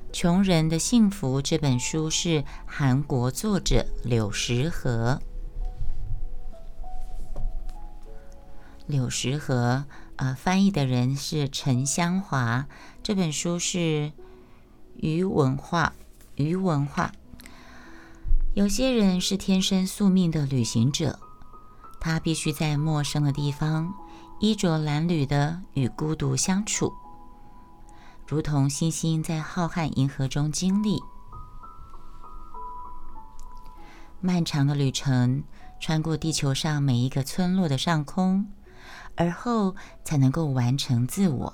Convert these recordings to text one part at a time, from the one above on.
穷人的幸福》这本书是韩国作者柳石和。柳石和翻译的人是陈香华。这本书是鱼文化。有些人是天生宿命的旅行者，他必须在陌生的地方衣着褴褛的与孤独相处，如同星星在浩瀚银河中经历漫长的旅程，穿过地球上每一个村落的上空，而后才能够完成自我。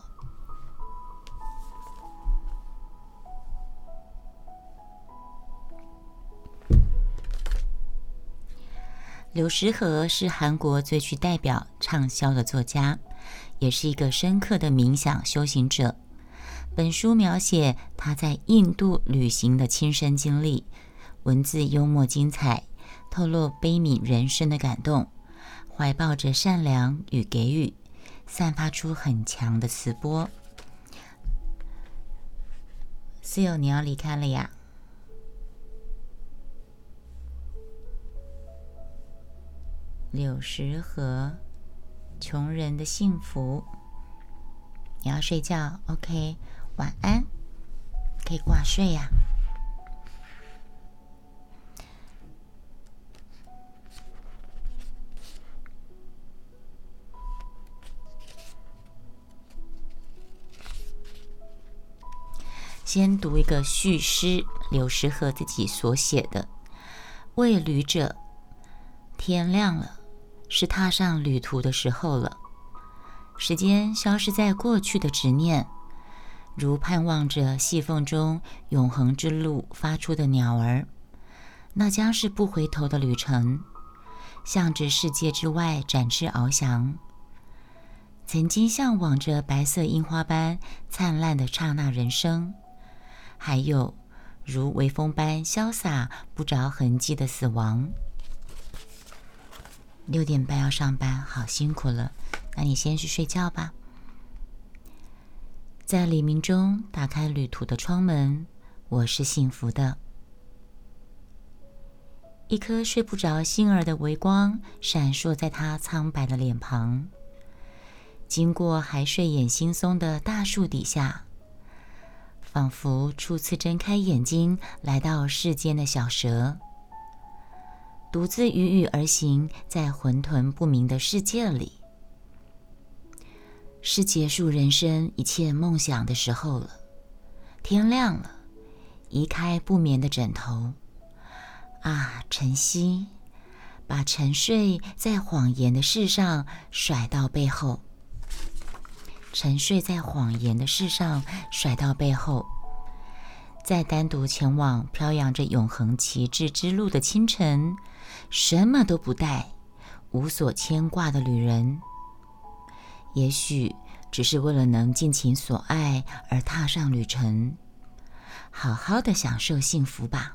柳石和是韩国最具代表畅销的作家，也是一个深刻的冥想修行者。本书描写他在印度旅行的亲身经历，文字幽默精彩，透露悲悯人生的感动，怀抱着善良与给予，散发出很强的磁波。室友，你要离开了呀？柳石和，穷人的幸福。你要睡觉 ，OK， 晚安，可以挂睡呀。先读一个序诗，柳石和自己所写的：为旅者，天亮了，是踏上旅途的时候了。时间消失在过去的执念，如盼望着细缝中永恒之路发出的鸟儿，那将是不回头的旅程，向着世界之外展翅翱翔。曾经向往着白色樱花般灿烂的刹那人生，还有如微风般潇洒不着痕迹的死亡。6点半要上班，好辛苦了，那你先去睡觉吧。在黎明中打开旅途的窗门，我是幸福的。一颗睡不着星儿的微光闪烁在他苍白的脸庞，经过还睡眼惺忪的大树底下，仿佛初次睁开眼睛来到世间的小蛇，独自郁郁而行在混沌不明的世界里。是结束人生一切梦想的时候了。天亮了，移开不眠的枕头。啊，晨曦，把沉睡在谎言的事上甩到背后。沉睡在谎言的事上甩到背后，在单独前往飘扬着永恒旗帜之路的清晨，什么都不带，无所牵挂的旅人，也许只是为了能尽情所爱而踏上旅程，好好的享受幸福吧。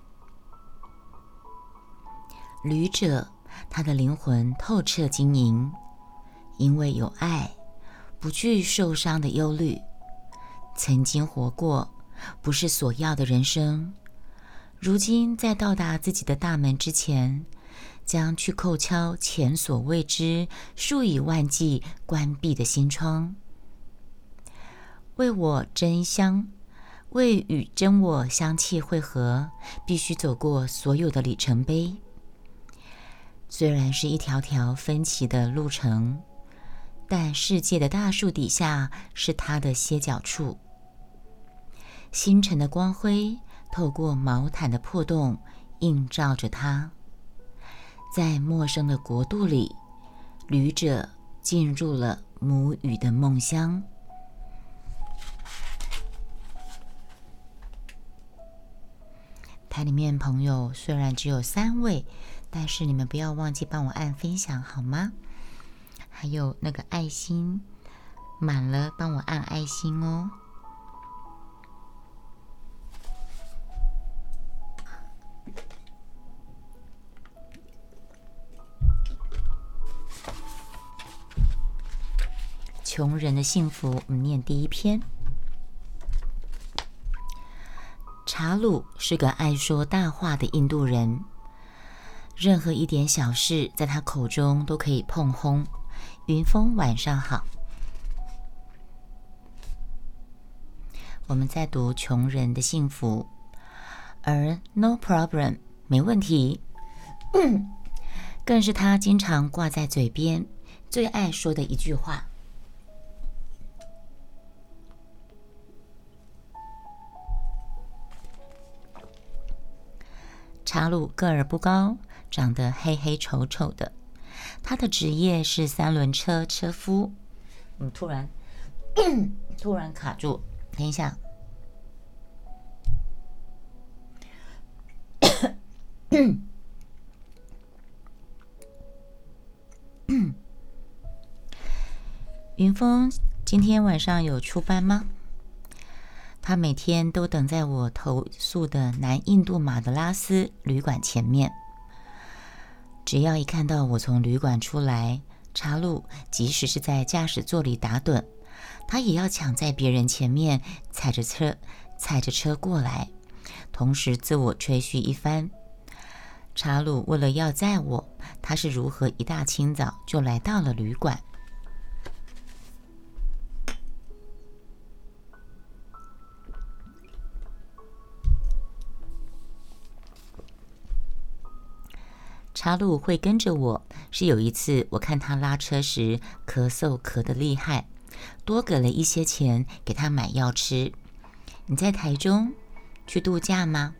旅者，他的灵魂透彻晶莹，因为有爱，不惧受伤的忧虑，曾经活过不是所要的人生，如今在到达自己的大门之前，将去叩敲前所未知数以万计关闭的心窗。为我真香，为与真我香气汇合，必须走过所有的里程碑。虽然是一条条分歧的路程，但世界的大树底下是它的歇脚处。星辰的光辉透过毛毯的破洞映照着它。在陌生的国度里，旅者进入了母语的梦乡。台里面朋友虽然只有3位，但是你们不要忘记帮我按分享好吗？还有那个爱心满了，帮我按爱心哦。穷人的幸福，我们念第一篇。 查鲁是个爱说大话的印度人，任何一点小事在他口中都可以碰轰。云峰晚上好。我们在读穷人的幸福，而 no problem 没问题更是他经常挂在嘴边最爱说的一句话。查鲁个儿不高，长得黑黑丑丑的，他的职业是三轮车车夫。突然卡住，等一下。云峰今天晚上有出班吗？他每天都等在我投宿的南印度马德拉斯旅馆前面。只要一看到我从旅馆出来，查鲁即使是在驾驶座里打盹，他也要抢在别人前面踩着车过来，同时自我吹嘘一番。查鲁为了要载我，他是如何一大清早就来到了旅馆。查鲁会跟着我，是有一次我看他拉车时咳嗽咳得厉害，多给了一些钱给他买药吃。你在台中去度假吗？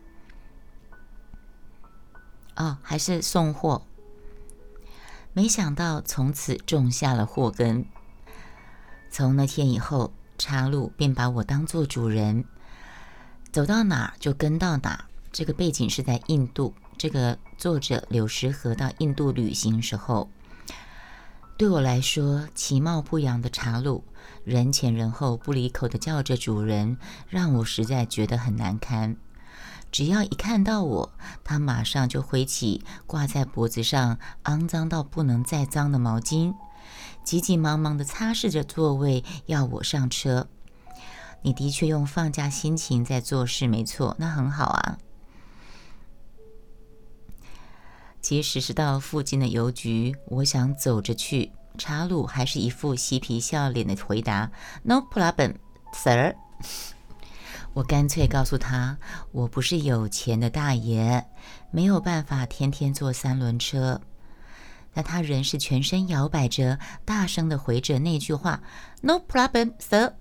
还是送货？没想到从此种下了祸根。从那天以后，查鲁便把我当作主人，走到哪儿就跟到哪儿。这个背景是在印度，这个作者柳石河到印度旅行时候，对我来说，其貌不扬的查鲁，人前人后不离口的叫着主人，让我实在觉得很难堪。只要一看到我，他马上就挥起挂在脖子上肮脏到不能再脏的毛巾，急急忙忙地擦拭着座位，要我上车。你的确用放假心情在做事，没错，那很好啊。即使是到附近的邮局，我想走着去，查鲁还是一副嬉皮笑脸的回答 No problem, sir。 我干脆告诉他，我不是有钱的大爷，没有办法天天坐三轮车。但他仍是全身摇摆着，大声地回着那句话 No problem, sir。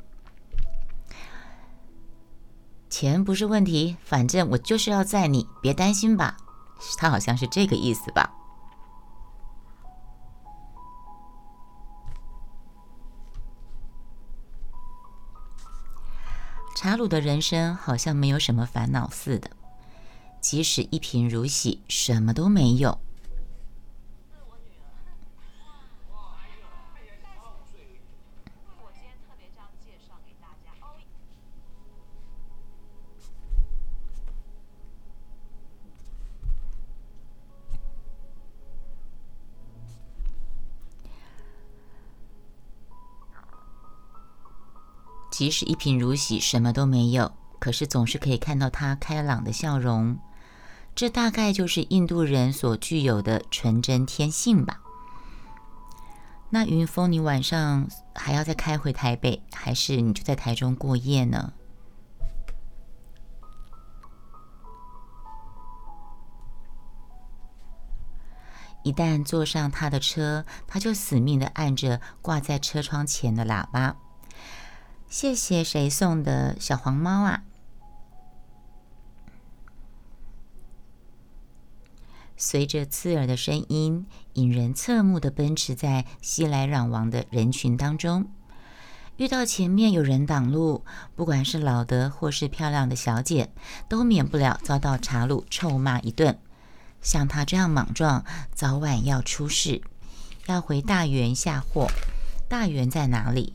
钱不是问题，反正我就是要载你，别担心吧。他好像是这个意思吧。查鲁的人生好像没有什么烦恼似的，即使一贫如洗，什么都没有。即使一贫如洗，什么都没有，可是总是可以看到他开朗的笑容。这大概就是印度人所具有的纯真天性吧。那云峰，你晚上还要再开回台北，还是你就在台中过夜呢？一旦坐上他的车，他就死命地按着挂在车窗前的喇叭。谢谢谁送的小黄猫啊？随着刺耳的声音，引人侧目地奔驰在熙来攘往的人群当中。遇到前面有人挡路，不管是老的或是漂亮的小姐，都免不了遭到查鲁臭骂一顿。像他这样莽撞，早晚要出事，要回大园下货。大园在哪里？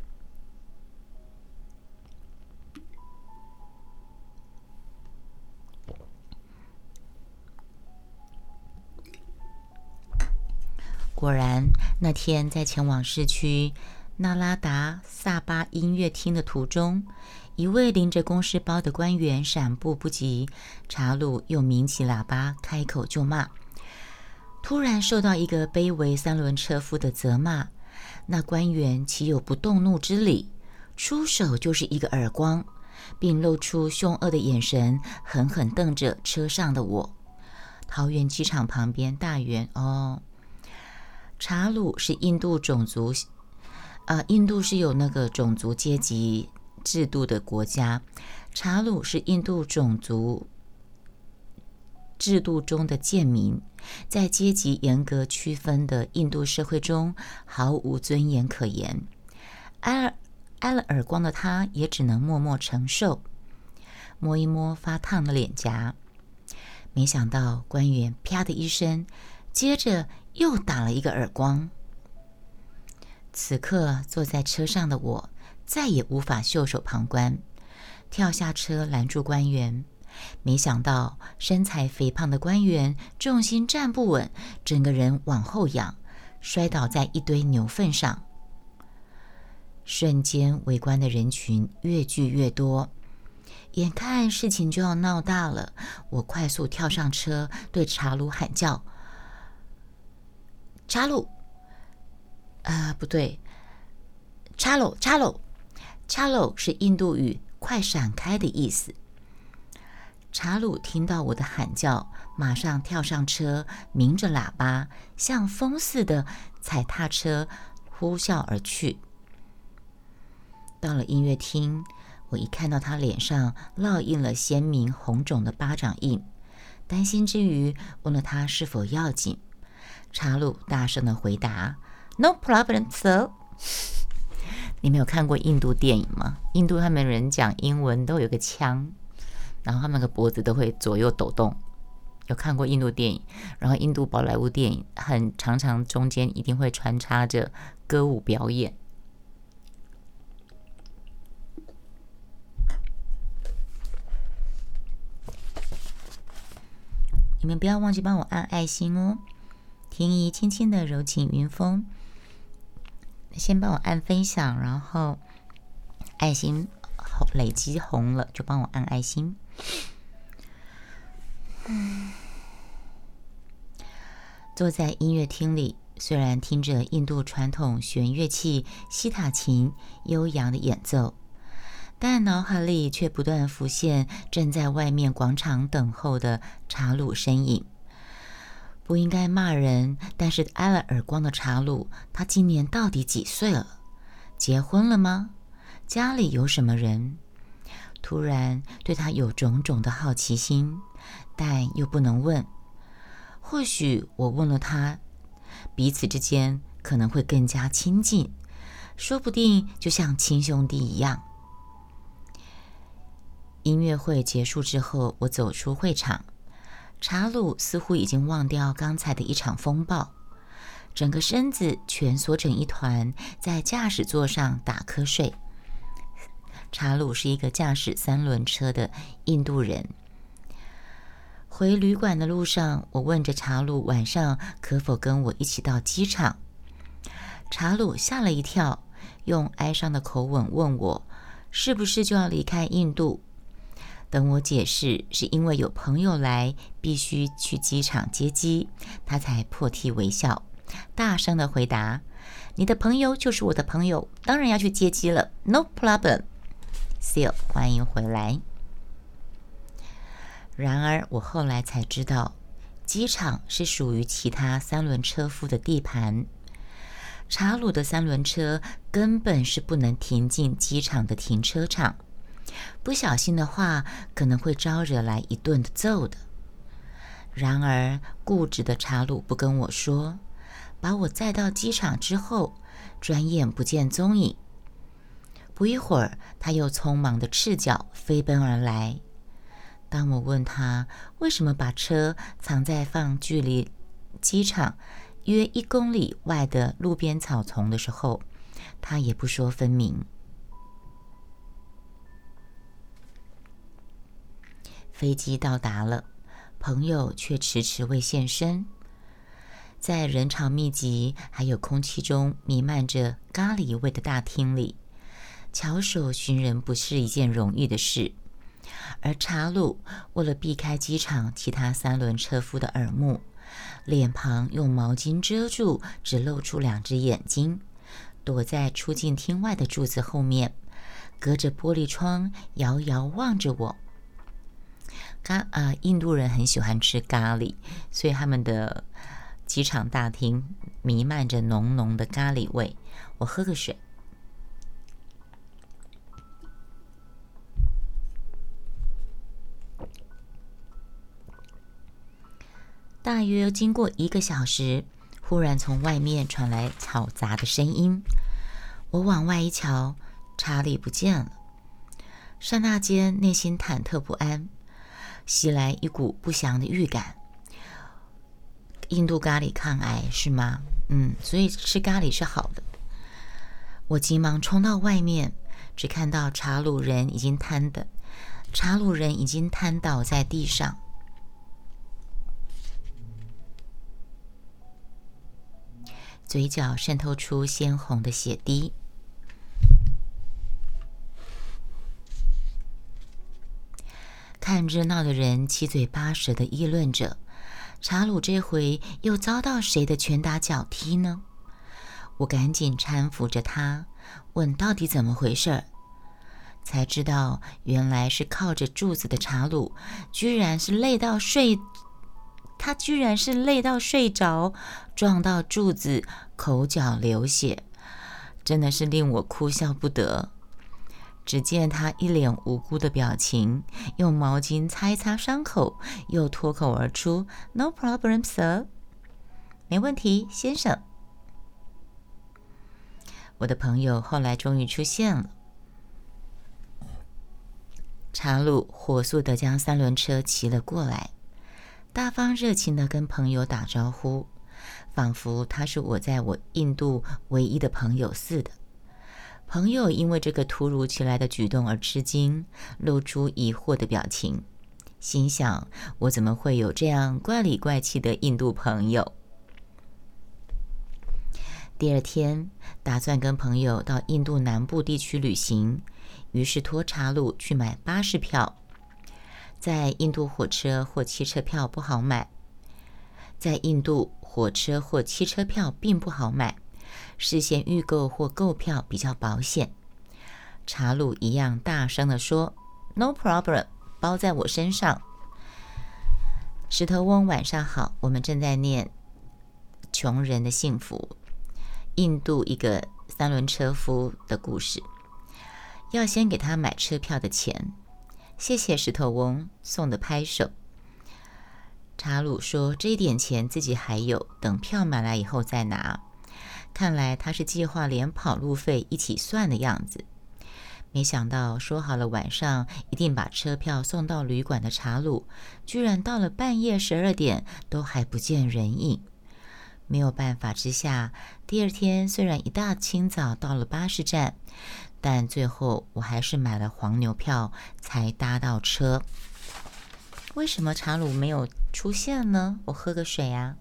果然，那天在前往市区纳拉达萨巴音乐厅的途中， 一位拎着公事包的官员闪步不及，查鲁又鸣起喇叭，开口就骂。突然受到一个卑微三轮车夫的责骂，那官员岂有不动怒之理？出手就是一个耳光，并露出凶恶的眼神，狠狠瞪着车上的我。桃园机场旁边大园查鲁是印度种族，印度是有那个种族阶级制度的国家，查鲁是印度种族制度中的贱民，在阶级严格区分的印度社会中毫无尊严可言。挨了耳光的他也只能默默承受，摸一摸发烫的脸颊。没想到官员啪的一声，接着又打了一个耳光。此刻坐在车上的我再也无法袖手旁观，跳下车拦住官员。没想到身材肥胖的官员重心站不稳，整个人往后仰，摔倒在一堆牛粪上。瞬间围观的人群越聚越多，眼看事情就要闹大了，我快速跳上车，对查鲁喊叫：“查鲁，不对，查鲁，查鲁，查鲁是印度语‘快闪开’的意思。”查鲁听到我的喊叫，马上跳上车，鸣着喇叭，像风似的踩踏车呼啸而去。到了音乐厅，我一看到他脸上烙印了鲜明红肿的巴掌印，担心之余问了他是否要紧。查鲁大声的回答 ：“No problem, sir。”你没有看过印度电影吗？印度他们人讲英文都有个腔，然后他们那个脖子都会左右抖动。有看过印度电影，然后印度宝莱坞电影很常常中间一定会穿插着歌舞表演。你们不要忘记帮我按爱心哦。婷宜轻轻的柔情云风，先帮我按分享，然后爱心累积红了就帮我按爱心。坐在音乐厅里，虽然听着印度传统弦乐器西塔琴悠扬的演奏，但脑海里却不断浮现正在外面广场等候的查鲁身影。不应该骂人，但是挨了耳光的查鲁，他今年到底几岁了？结婚了吗？家里有什么人？突然对他有种种的好奇心，但又不能问。或许我问了他，彼此之间可能会更加亲近，说不定就像亲兄弟一样。音乐会结束之后，我走出会场，查鲁似乎已经忘掉刚才的一场风暴，整个身子蜷缩成一团，在驾驶座上打瞌睡。查鲁是一个驾驶3轮车的印度人。回旅馆的路上，我问着查鲁晚上可否跟我一起到机场。查鲁吓了一跳，用哀伤的口吻问我是不是就要离开印度。等我解释是因为有朋友来，必须去机场接机，他才破涕为笑，大声地回答：“你的朋友就是我的朋友，当然要去接机了 ，No problem。” Seal， 欢迎回来。然而我后来才知道，机场是属于其他3轮车夫的地盘。查鲁的3轮车根本是不能停进机场的停车场，不小心的话可能会招惹来一顿的揍的。然而固执的查鲁不跟我说，把我载到机场之后，转眼不见踪影。不一会儿，他又匆忙的赤脚飞奔而来。当我问他为什么把车藏在放距离机场约1公里外的路边草丛的时候，他也不说分明。飞机到达了，朋友却迟迟未现身。在人潮密集还有空气中弥漫着咖喱味的大厅里， 巧手寻人不是一件容易的事。而查鲁为了避开机场其他三轮车夫的耳目，脸庞用毛巾遮住，只露出2只眼睛，躲在出境厅外的柱子后面，隔着玻璃窗遥遥望着我。印度人很喜欢吃咖喱，所以他们的机场大厅弥漫着浓浓的咖喱味。我喝个水。大约经过1个小时，忽然从外面传来嘈杂的声音。我往外一瞧，查理不见了。刹那间，内心忐忑不安，袭来一股不祥的预感。印度咖喱抗癌是吗？所以吃咖喱是好的。我急忙冲到外面，只看到查鲁人已经瘫倒在地上。嘴角渗透出鲜红的血滴。看热闹的人七嘴八舌地议论着，查鲁这回又遭到谁的拳打脚踢呢？我赶紧搀扶着他，问到底怎么回事，才知道原来是靠着柱子的查鲁居然是累到睡着，撞到柱子，口角流血，真的是令我哭笑不得。只见他一脸无辜的表情，用毛巾擦一擦伤口，又脱口而出 "No problem, sir." 没问题，先生。我的朋友后来终于出现了。查鲁火速地将3轮车骑了过来，大方热情地跟朋友打招呼，仿佛他是我在印度唯一的朋友似的。朋友因为这个突如其来的举动而吃惊，露出疑惑的表情，心想我怎么会有这样怪里怪气的印度朋友。第2天打算跟朋友到印度南部地区旅行，于是托查鲁去买巴士票。在印度火车或汽车票不好买，并不好买，事先预购或购票比较保险。查鲁一样大声地说 "No problem， 包在我身上。"石头翁晚上好，我们正在念《穷人的幸福》，印度一个3轮车夫的故事。要先给他买车票的钱。谢谢石头翁送的拍手。查鲁说这一点钱自己还有，等票买来以后再拿。看来他是计划连跑路费一起算的样子。没想到说好了晚上一定把车票送到旅馆的查鲁，居然到了半夜12点都还不见人影。没有办法之下，第2天虽然一大清早到了巴士站，但最后我还是买了黄牛票才搭到车。为什么查鲁没有出现呢？我喝个水啊。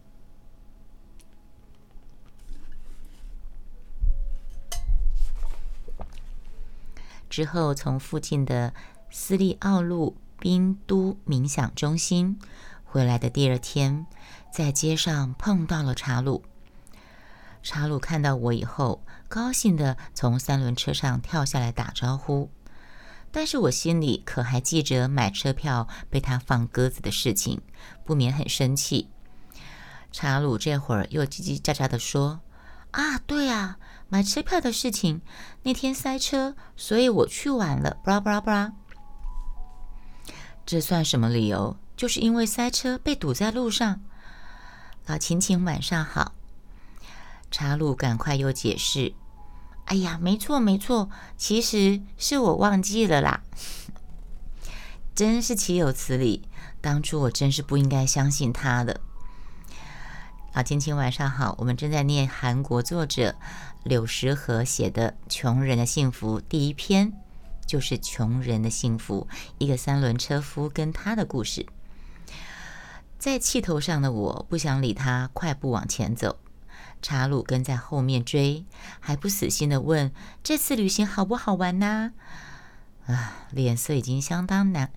之后从附近的斯利奥路宾都冥想中心回来的第2天，在街上碰到了查鲁。查鲁看到我以后，高兴地从3轮车上跳下来打招呼，但是我心里可还记着买车票被他放鸽子的事情，不免很生气。查鲁这会儿又叽叽喳喳地说：对啊，买车票的事情，那天塞车，所以我去晚了，布拉布拉布拉。这算什么理由？就是因为塞车被堵在路上。老晴晴晚上好。查鲁赶快又解释：哎呀，没错没错，其实是我忘记了啦。真是岂有此理，当初我真是不应该相信他的。老晴晴晚上好，我们正在念韩国作者柳石河写的《穷人的幸福》第1篇，就是穷人的幸福，一个3轮车夫跟他的故事。在气头上的我不想理他，快步往前走。 查鲁跟在后面追，还不死心地问：“这次旅行好不好玩呢？”脸色已经相当难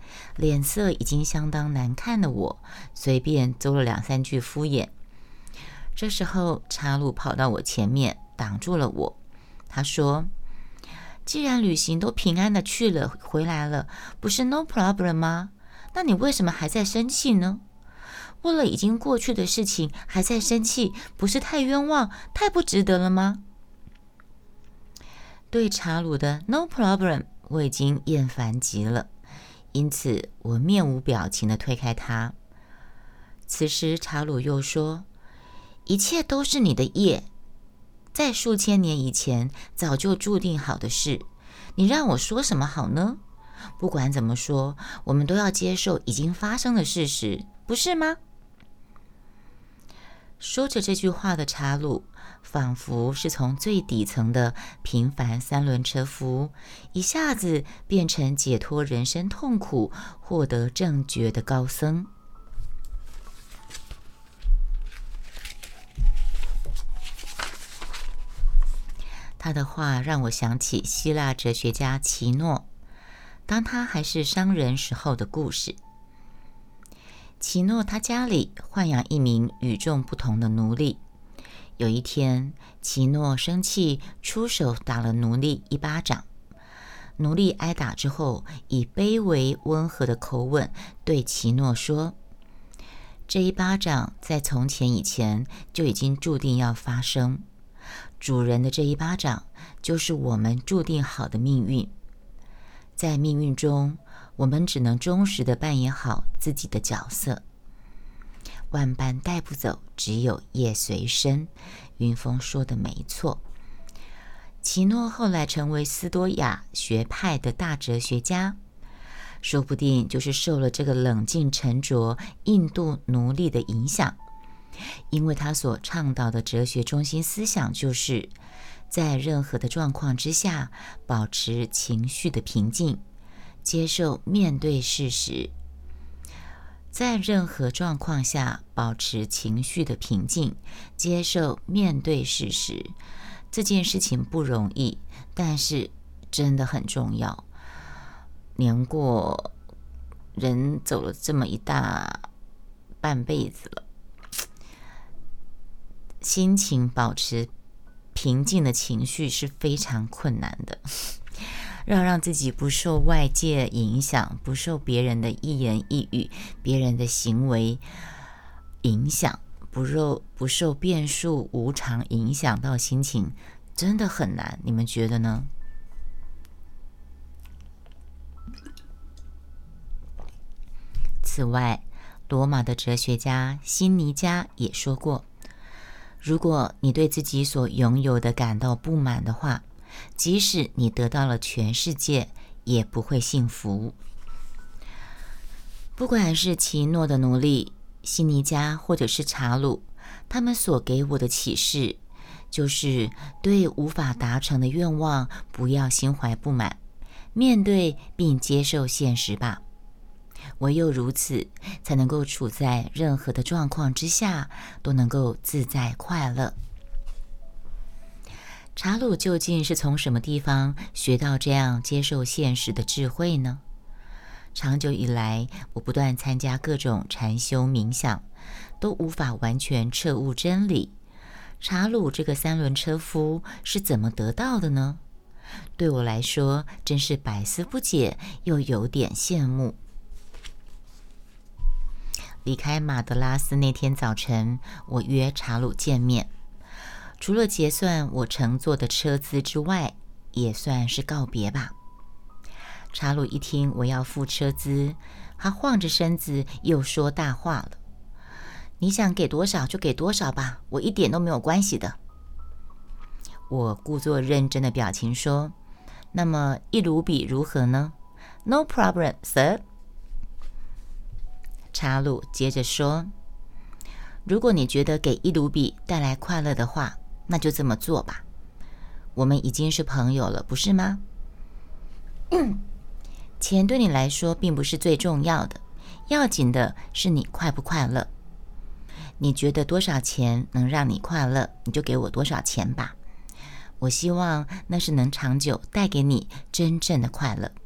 看的我，随便诌了2-3句敷衍。这时候，查鲁跑到我前面，挡住了我。他说：“既然旅行都平安的去了回来了，不是 no problem 吗？那你为什么还在生气呢？为了已经过去的事情还在生气，不是太冤枉、太不值得了吗？”对查鲁的 no problem 我已经厌烦极了，因此我面无表情地推开他。此时查鲁又说：“一切都是你的业，在数千年以前早就注定好的事，你让我说什么好呢？不管怎么说，我们都要接受已经发生的事实，不是吗？”说着这句话的查鲁，仿佛是从最底层的平凡3轮车夫，一下子变成解脱人生痛苦、获得正觉的高僧。他的话让我想起希腊哲学家奇诺，当他还是商人时候的故事。奇诺他家里豢养一名与众不同的奴隶。有一天，奇诺生气，出手打了奴隶一巴掌。奴隶挨打之后，以卑微温和的口吻对奇诺说：“这一巴掌在从前以前就已经注定要发生。主人的这一巴掌，就是我们注定好的命运。在命运中，我们只能忠实地扮演好自己的角色。万般带不走，只有业随身。”云峰说的没错。奇诺后来成为斯多亚学派的大哲学家，说不定就是受了这个冷静沉着印度奴隶的影响，因为他所倡导的哲学中心思想就是在任何的状况之下保持情绪的平静，接受面对事实。在任何状况下保持情绪的平静，接受面对事实，这件事情不容易，但是真的很重要。年过人走了这么一大半辈子了，心情保持平静的情绪是非常困难的。要让自己不受外界影响，不受别人的一言一语、别人的行为影响，不受变数无常影响到心情，真的很难。你们觉得呢？此外，罗马的哲学家辛尼加也说过，如果你对自己所拥有的感到不满的话，即使你得到了全世界，也不会幸福。不管是奇诺的奴隶、辛尼加或者是查鲁，他们所给我的启示就是对无法达成的愿望不要心怀不满，面对并接受现实吧。唯有如此，才能够处在任何的状况之下都能够自在快乐。查鲁究竟是从什么地方学到这样接受现实的智慧呢？长久以来，我不断参加各种禅修冥想，都无法完全彻悟真理。查鲁这个3轮车夫是怎么得到的呢？对我来说，真是百思不解，又有点羡慕。离开马德拉斯那天早晨，我约查鲁见面。除了结算我乘坐的车资之外，也算是告别吧。查鲁一听我要付车资，他晃着身子又说大话了：“你想给多少就给多少吧，我一点都没有关系的。”我故作认真的表情说：“那么1卢比如何呢？” “No problem, sir。”查鲁接着说：“如果你觉得给1卢比带来快乐的话，那就这么做吧。我们已经是朋友了，不是吗？钱对你来说并不是最重要的，要紧的是你快不快乐。 你觉得多少钱能让你快乐，你就给我多少钱吧。我希望那是能长久带给你真正的快乐。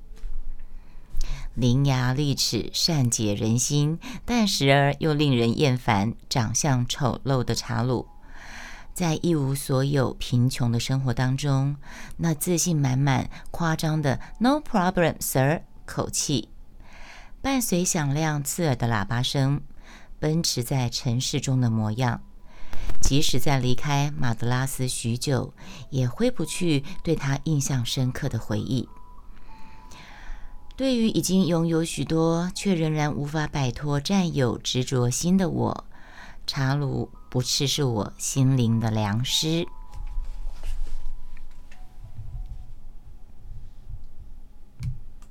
伶牙俐齿、善解人心，但时而又令人厌烦、长相丑陋的查鲁，在一无所有、贫穷的生活当中，那自信满满、夸张的 "No problem, sir" 口气，伴随响亮刺耳的喇叭声，奔驰在城市中的模样，即使在离开马德拉斯许久，也挥不去对他印象深刻的回忆。对于已经拥有许多却仍然无法摆脱占有执着心的我，查鲁不啻是我心灵的良师。